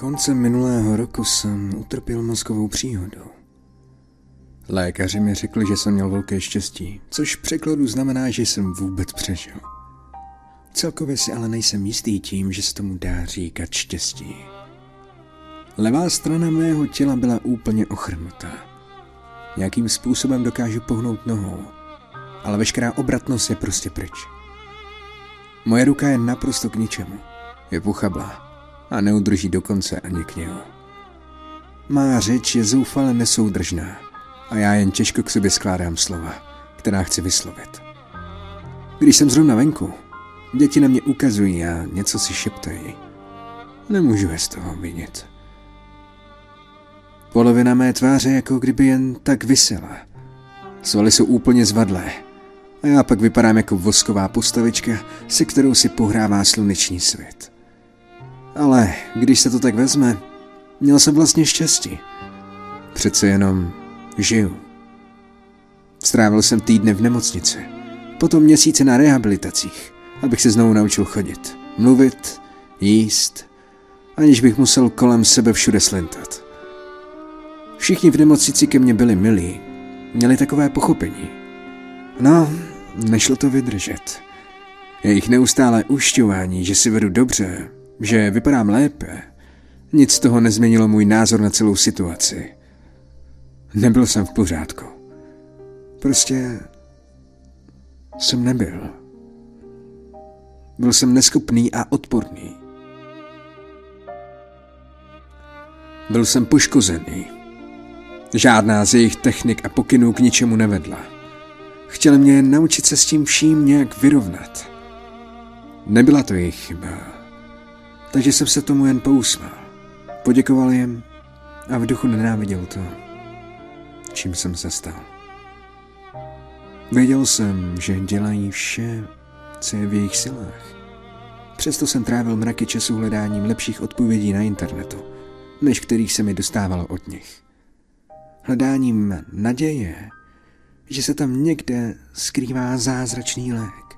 Koncem minulého roku jsem utrpěl mozkovou příhodu. Lékaři mi řekli, že jsem měl velké štěstí, což v překladu znamená, že jsem vůbec přežil. Celkově si ale nejsem jistý tím, že se tomu dá říkat štěstí. Levá strana mého těla byla úplně ochrnutá. Nějakým způsobem dokážu pohnout nohou, ale veškerá obratnost je prostě pryč. Moje ruka je naprosto k ničemu. Je pochablá a neudrží dokonce ani knihu. Má řeč je zoufale nesoudržná a já jen těžko k sobě skládám slova, která chci vyslovit. Když jsem zrovna venku, děti na mě ukazují a něco si šeptají. Nemůžu je z toho vinit. Polovina mé tváře jako kdyby jen tak visela. Svaly jsou úplně zvadlé a já pak vypadám jako vosková postavička, se kterou si pohrává sluneční svět. Ale když se to tak vezme, měl jsem vlastně štěstí. Přece jenom žiju. Strávil jsem týdny v nemocnici, potom měsíce na rehabilitacích, abych se znovu naučil chodit, mluvit, jíst, aniž bych musel kolem sebe všude slintat. Všichni v nemocnici ke mně byli milí, měli takové pochopení. No, nešlo to vydržet. Jejich neustálé ušťování, že si vedu dobře, že vypadám lépe, nic z toho nezměnilo můj názor na celou situaci. Nebyl jsem v pořádku. Prostě jsem nebyl. Byl jsem neschopný a odporný. Byl jsem poškozený. Žádná z jejich technik a pokynů k ničemu nevedla. Chtěli mě jen naučit se s tím vším nějak vyrovnat. Nebyla to jejich chyba. Takže jsem se tomu jen pousmál. Poděkoval jim a v duchu nenáviděl to, čím jsem se stal. Věděl jsem, že dělají vše, co je v jejich silách. Přesto jsem trávil mraky času hledáním lepších odpovědí na internetu, než kterých se mi dostávalo od nich. Hledáním naděje, že se tam někde skrývá zázračný lék.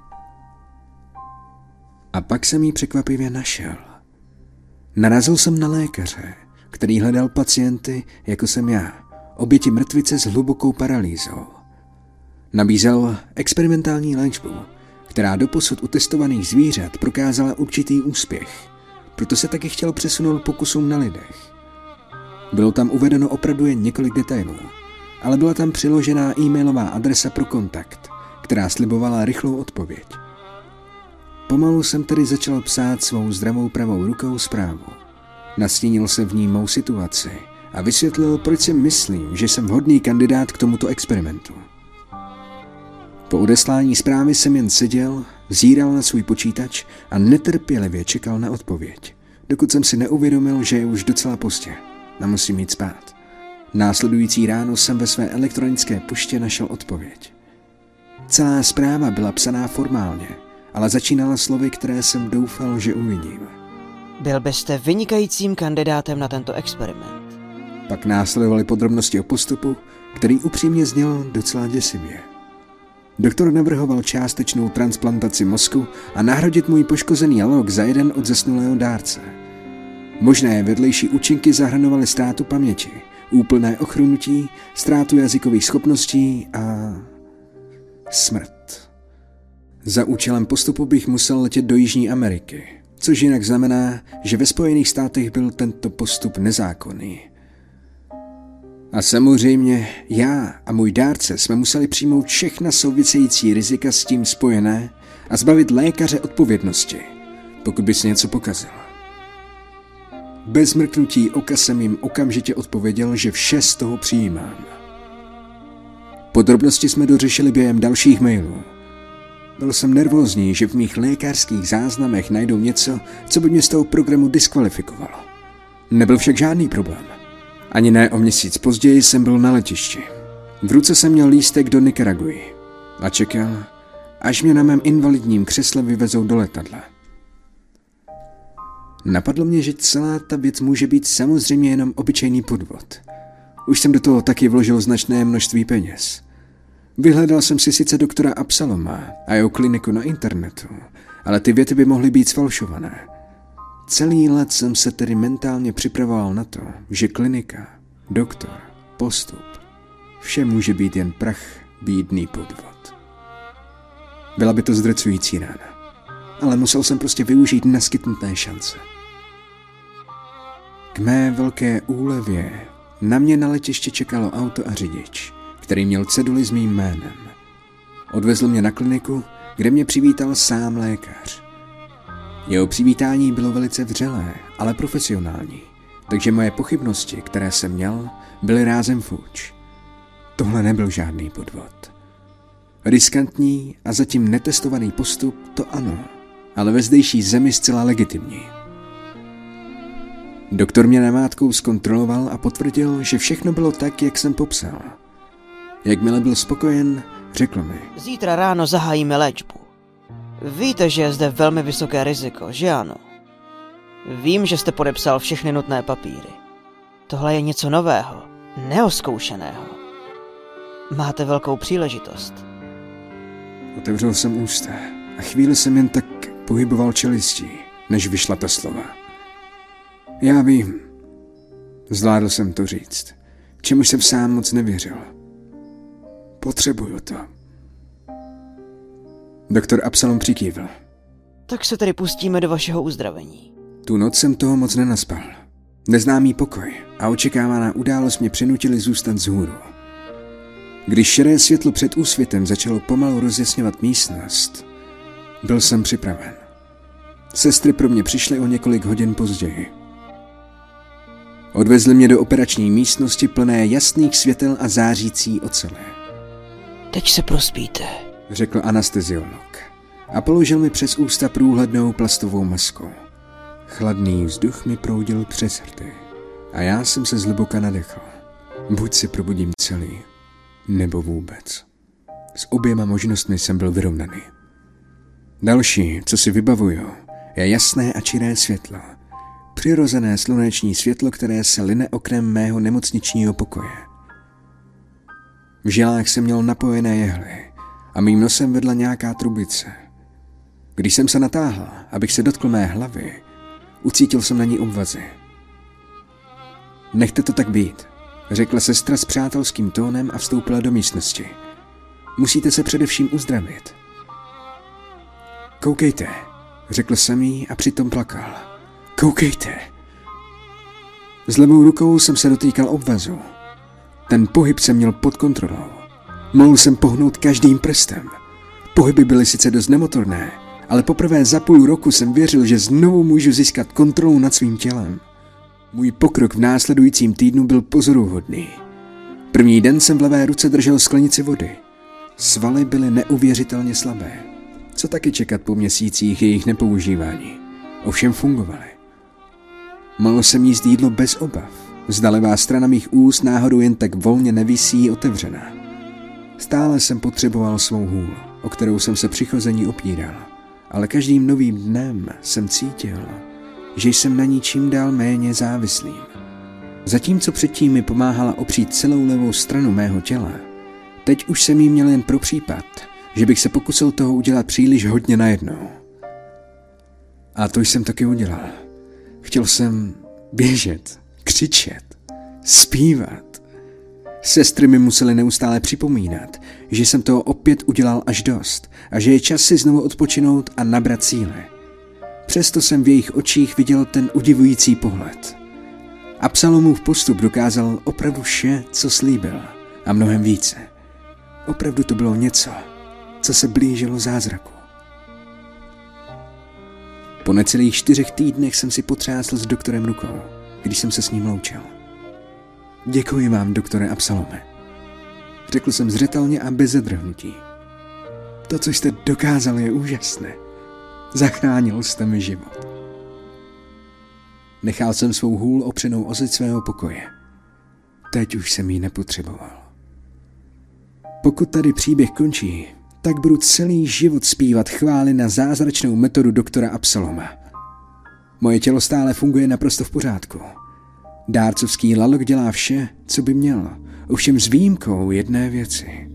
A pak jsem ji překvapivě našel. Narazil jsem na lékaře, který hledal pacienty, jako jsem já, oběti mrtvice s hlubokou paralýzou. Nabízel experimentální léčbu, která doposud u testovaných zvířat prokázala určitý úspěch, proto se taky chtěl přesunout pokusům na lidech. Bylo tam uvedeno opravdu jen několik detailů, ale byla tam přiložená e-mailová adresa pro kontakt, která slibovala rychlou odpověď. Pomalu jsem tedy začal psát svou zdravou pravou rukou zprávu. Nastínil se v ní mou situaci a vysvětlil, proč si myslím, že jsem vhodný kandidát k tomuto experimentu. Po odeslání zprávy jsem jen seděl, zíral na svůj počítač a netrpělivě čekal na odpověď, dokud jsem si neuvědomil, že je už docela pozdě a musím jít spát. Následující ráno jsem ve své elektronické poště našel odpověď. Celá zpráva byla psaná formálně, ale začínala slovy, které jsem doufal, že uvidím. Byl byste vynikajícím kandidátem na tento experiment. Pak následovaly podrobnosti o postupu, který upřímně zněl docela děsivě. Doktor navrhoval částečnou transplantaci mozku a nahradit můj poškozený lok za jeden od zesnulého dárce. Možné vedlejší účinky zahrnovaly ztrátu paměti, úplné ochrnutí, ztrátu jazykových schopností a smrt. Za účelem postupu bych musel letět do Jižní Ameriky, což jinak znamená, že ve Spojených státech byl tento postup nezákonný. A samozřejmě já a můj dárce jsme museli přijmout všechna související rizika s tím spojené a zbavit lékaře odpovědnosti, pokud by se něco pokazilo. Bez mrknutí oka jsem jim okamžitě odpověděl, že vše z toho přijímám. Podrobnosti jsme dořešili během dalších mailů. Byl jsem nervózní, že v mých lékařských záznamech najdou něco, co by mě z toho programu diskvalifikovalo. Nebyl však žádný problém. Ani ne o měsíc později jsem byl na letišti. V ruce jsem měl lístek do Nikaraguji a čekal, až mě na mém invalidním křesle vyvezou do letadla. Napadlo mě, že celá ta věc může být samozřejmě jenom obyčejný podvod. Už jsem do toho taky vložil značné množství peněz. Vyhledal jsem si sice doktora Absaloma a jeho kliniku na internetu, ale ty věty by mohly být sfalšované. Celý let jsem se tedy mentálně připravoval na to, že klinika, doktor, postup, vše může být jen prach, bídný podvod. Byla by to zdrcující rána, ale musel jsem prostě využít naskytnuté šance. K mé velké úlevě na mě na letišti čekalo auto a řidič, který měl ceduli s mým jménem. Odvezl mě na kliniku, kde mě přivítal sám lékař. Jeho přivítání bylo velice vřelé, ale profesionální, takže moje pochybnosti, které jsem měl, byly rázem fuč. Tohle nebyl žádný podvod. Riskantní a zatím netestovaný postup, to ano, ale ve zdejší zemi zcela legitimní. Doktor mě namátkou zkontroloval a potvrdil, že všechno bylo tak, jak jsem popsal. Jakmile byl spokojen, řekl mi: Zítra ráno zahájíme léčbu. Víte, že je zde velmi vysoké riziko, že ano? Vím, že jste podepsal všechny nutné papíry. Tohle je něco nového, neozkoušeného. Máte velkou příležitost. Otevřel jsem ústa a chvíli jsem jen tak pohyboval čelistí, než vyšla ta slova. Já vím. Zvládl jsem to říct, čemu jsem sám moc nevěřil. Potřebuju to. Doktor Absalom přikývl. Tak se tedy pustíme do vašeho uzdravení. Tu noc jsem toho moc nenaspal. Neznámý pokoj a očekávaná událost mě přinutili zůstat vzhůru. Když šedé světlo před úsvitem začalo pomalu rozjasňovat místnost, byl jsem připraven. Sestry pro mě přišly o několik hodin později. Odvezli mě do operační místnosti plné jasných světel a zářící ocele. Teď se prospíte, řekl anesteziolog a položil mi přes ústa průhlednou plastovou masku. Chladný vzduch mi proudil přes rty a já jsem se zhluboka nadechl. Buď se probudím celý, nebo vůbec. S oběma možnostmi jsem byl vyrovnaný. Další, co si vybavuju, je jasné a čiré světlo. Přirozené sluneční světlo, které se line oknem mého nemocničního pokoje. V žilách jsem měl napojené jehly a mým nosem vedla nějaká trubice. Když jsem se natáhl, abych se dotkl mé hlavy, ucítil jsem na ní obvazy. Nechte to tak být, řekla sestra s přátelským tónem a vstoupila do místnosti. Musíte se především uzdravit. Koukejte, řekl jsem jí a přitom plakal. Koukejte. S levou rukou jsem se dotýkal obvazu. Ten pohyb jsem měl pod kontrolou. Mohl jsem pohnout každým prstem. Pohyby byly sice dost nemotorné, ale poprvé za půl roku jsem věřil, že znovu můžu získat kontrolu nad svým tělem. Můj pokrok v následujícím týdnu byl pozoruhodný. První den jsem v levé ruce držel sklenici vody. Svaly byly neuvěřitelně slabé. Co taky čekat po měsících jejich nepoužívání? Ovšem fungovaly. Mohl jsem jíst jídlo bez obav. Zda levá strana mých úst náhodou jen tak volně nevisí otevřená. Stále jsem potřeboval svou hůl, o kterou jsem se při chození opíral, ale každým novým dnem jsem cítil, že jsem na ní čím dál méně závislým. Zatímco předtím mi pomáhala opřít celou levou stranu mého těla, teď už jsem jí měl jen pro případ, že bych se pokusil toho udělat příliš hodně najednou. A to jsem taky udělal. Chtěl jsem běžet, křičet, zpívat. Sestry mi musely neustále připomínat, že jsem toho opět udělal až dost a že je čas si znovu odpočinout a nabrat síly. Přesto jsem v jejich očích viděl ten udivující pohled. Absalomův postup dokázal opravdu vše, co slíbil, a mnohem více. Opravdu to bylo něco, co se blížilo zázraku. Po necelých 4 týdnech jsem si potřásl s doktorem rukou, když jsem se s ním loučil. Děkuji vám, doktore Absalome. Řekl jsem zřetelně a bez zadrhnutí. To, co jste dokázal, je úžasné. Zachránil jste mi život. Nechal jsem svou hůl opřenou o zeď svého pokoje. Teď už jsem ji nepotřeboval. Pokud tady příběh končí, tak budu celý život zpívat chvály na zázračnou metodu doktora Absaloma. Moje tělo stále funguje naprosto v pořádku. Dárcovský lalok dělá vše, co by měl, ovšem s výjimkou jedné věci.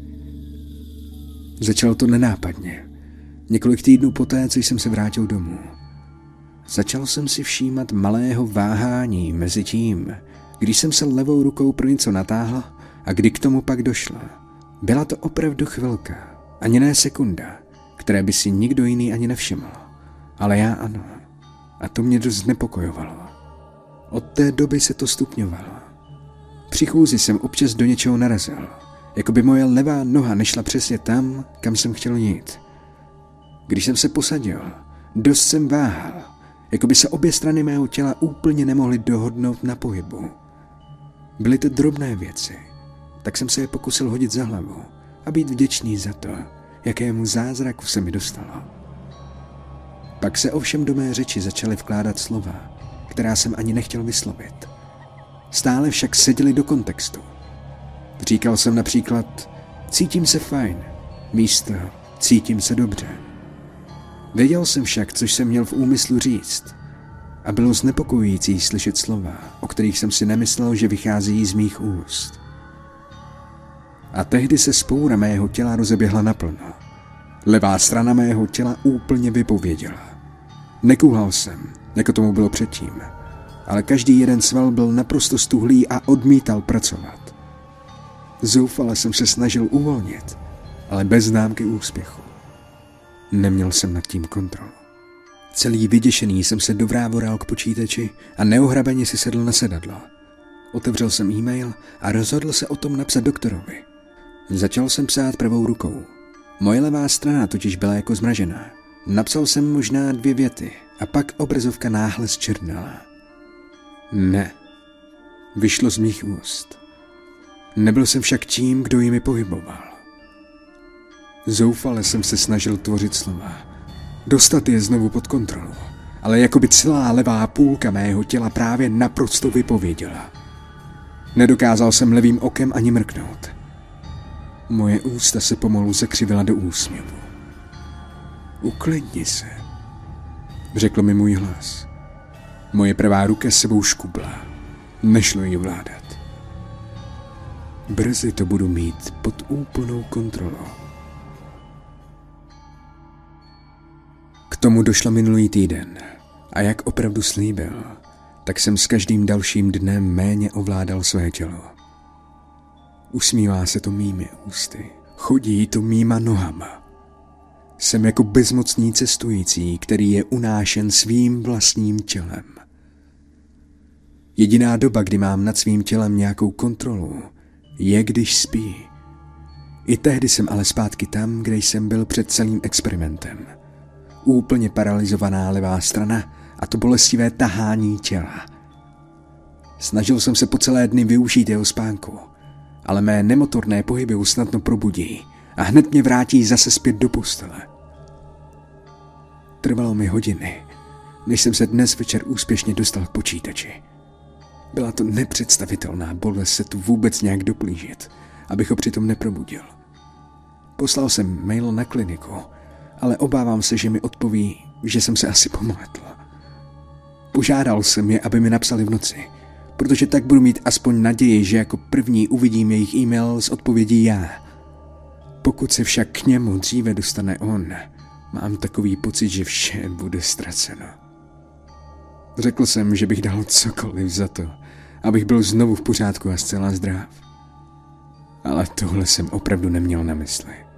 Začalo to nenápadně, několik týdnů poté, co jsem se vrátil domů. Začal jsem si všímat malého váhání mezi tím, když jsem se levou rukou pro něco natáhl a kdy k tomu pak došlo. Byla to opravdu chvilka, ani ne sekunda, které by si nikdo jiný ani nevšiml. Ale já ano. A to mě dost znepokojovalo. Od té doby se to stupňovalo. Při chůzi jsem občas do něčeho narazil, jako by moje levá noha nešla přesně tam, kam jsem chtěl jít. Když jsem se posadil, dost jsem váhal, jako by se obě strany mého těla úplně nemohly dohodnout na pohybu. Byly to drobné věci, tak jsem se je pokusil hodit za hlavu a být vděčný za to, jakému zázraku se mi dostalo. Pak se ovšem do mé řeči začaly vkládat slova, která jsem ani nechtěl vyslovit. Stále však seděly do kontextu. Říkal jsem například cítím se fajn, místo cítím se dobře. Věděl jsem však, což jsem měl v úmyslu říct, a bylo znepokojující slyšet slova, o kterých jsem si nemyslel, že vychází z mých úst. A tehdy se spoura mého těla rozeběhla naplno. Levá strana mého těla úplně vypověděla. Nekouhal jsem, jako tomu bylo předtím, ale každý jeden sval byl naprosto stuhlý a odmítal pracovat. Zoufale jsem se snažil uvolnit, ale bez známky úspěchu. Neměl jsem nad tím kontrolu. Celý vyděšený jsem se dovrávoral k počítači a neohrabeně si sedl na sedadlo. Otevřel jsem e-mail a rozhodl se o tom napsat doktorovi. Začal jsem psát pravou rukou. Moje levá strana totiž byla jako zmražená. Napsal jsem možná 2 věty a pak obrazovka náhle zčernala. Ne. Vyšlo z mých úst. Nebyl jsem však tím, kdo jimi pohyboval. Zoufale jsem se snažil tvořit slova. Dostat je znovu pod kontrolu, ale jako by celá levá půlka mého těla právě naprosto vypověděla. Nedokázal jsem levým okem ani mrknout. Moje ústa se pomalu zakřivila do úsměvu. Uklidni se, řekl mi můj hlas. Moje pravá ruka sebou škubla. Nešlo ji ovládat. Brzy to budu mít pod úplnou kontrolou. K tomu došlo minulý týden a jak opravdu slíbil, tak jsem s každým dalším dnem méně ovládal své tělo. Usmívá se to mými ústy, chodí to mýma nohama. Jsem jako bezmocný cestující, který je unášen svým vlastním tělem. Jediná doba, kdy mám nad svým tělem nějakou kontrolu, je když spí. I tehdy jsem ale zpátky tam, kde jsem byl před celým experimentem. Úplně paralizovaná levá strana a to bolestivé tahání těla. Snažil jsem se po celé dny využít jeho spánku, ale mé nemotorné pohyby ho snadno probudí a hned mě vrátí zase zpět do postele. Trvalo mi hodiny, než jsem se dnes večer úspěšně dostal k počítači. Byla to nepředstavitelná bolest se tu vůbec nějak doplížit, abych ho přitom neprobudil. Poslal jsem mail na kliniku, ale obávám se, že mi odpoví, že jsem se asi pomletl. Požádal jsem je, aby mi napsali v noci, protože tak budu mít aspoň naději, že jako první uvidím jejich e-mail s odpovědí já. Pokud se však k němu dříve dostane on, mám takový pocit, že vše bude ztraceno. Řekl jsem, že bych dal cokoliv za to, abych byl znovu v pořádku a zcela zdrav. Ale tohle jsem opravdu neměl na mysli.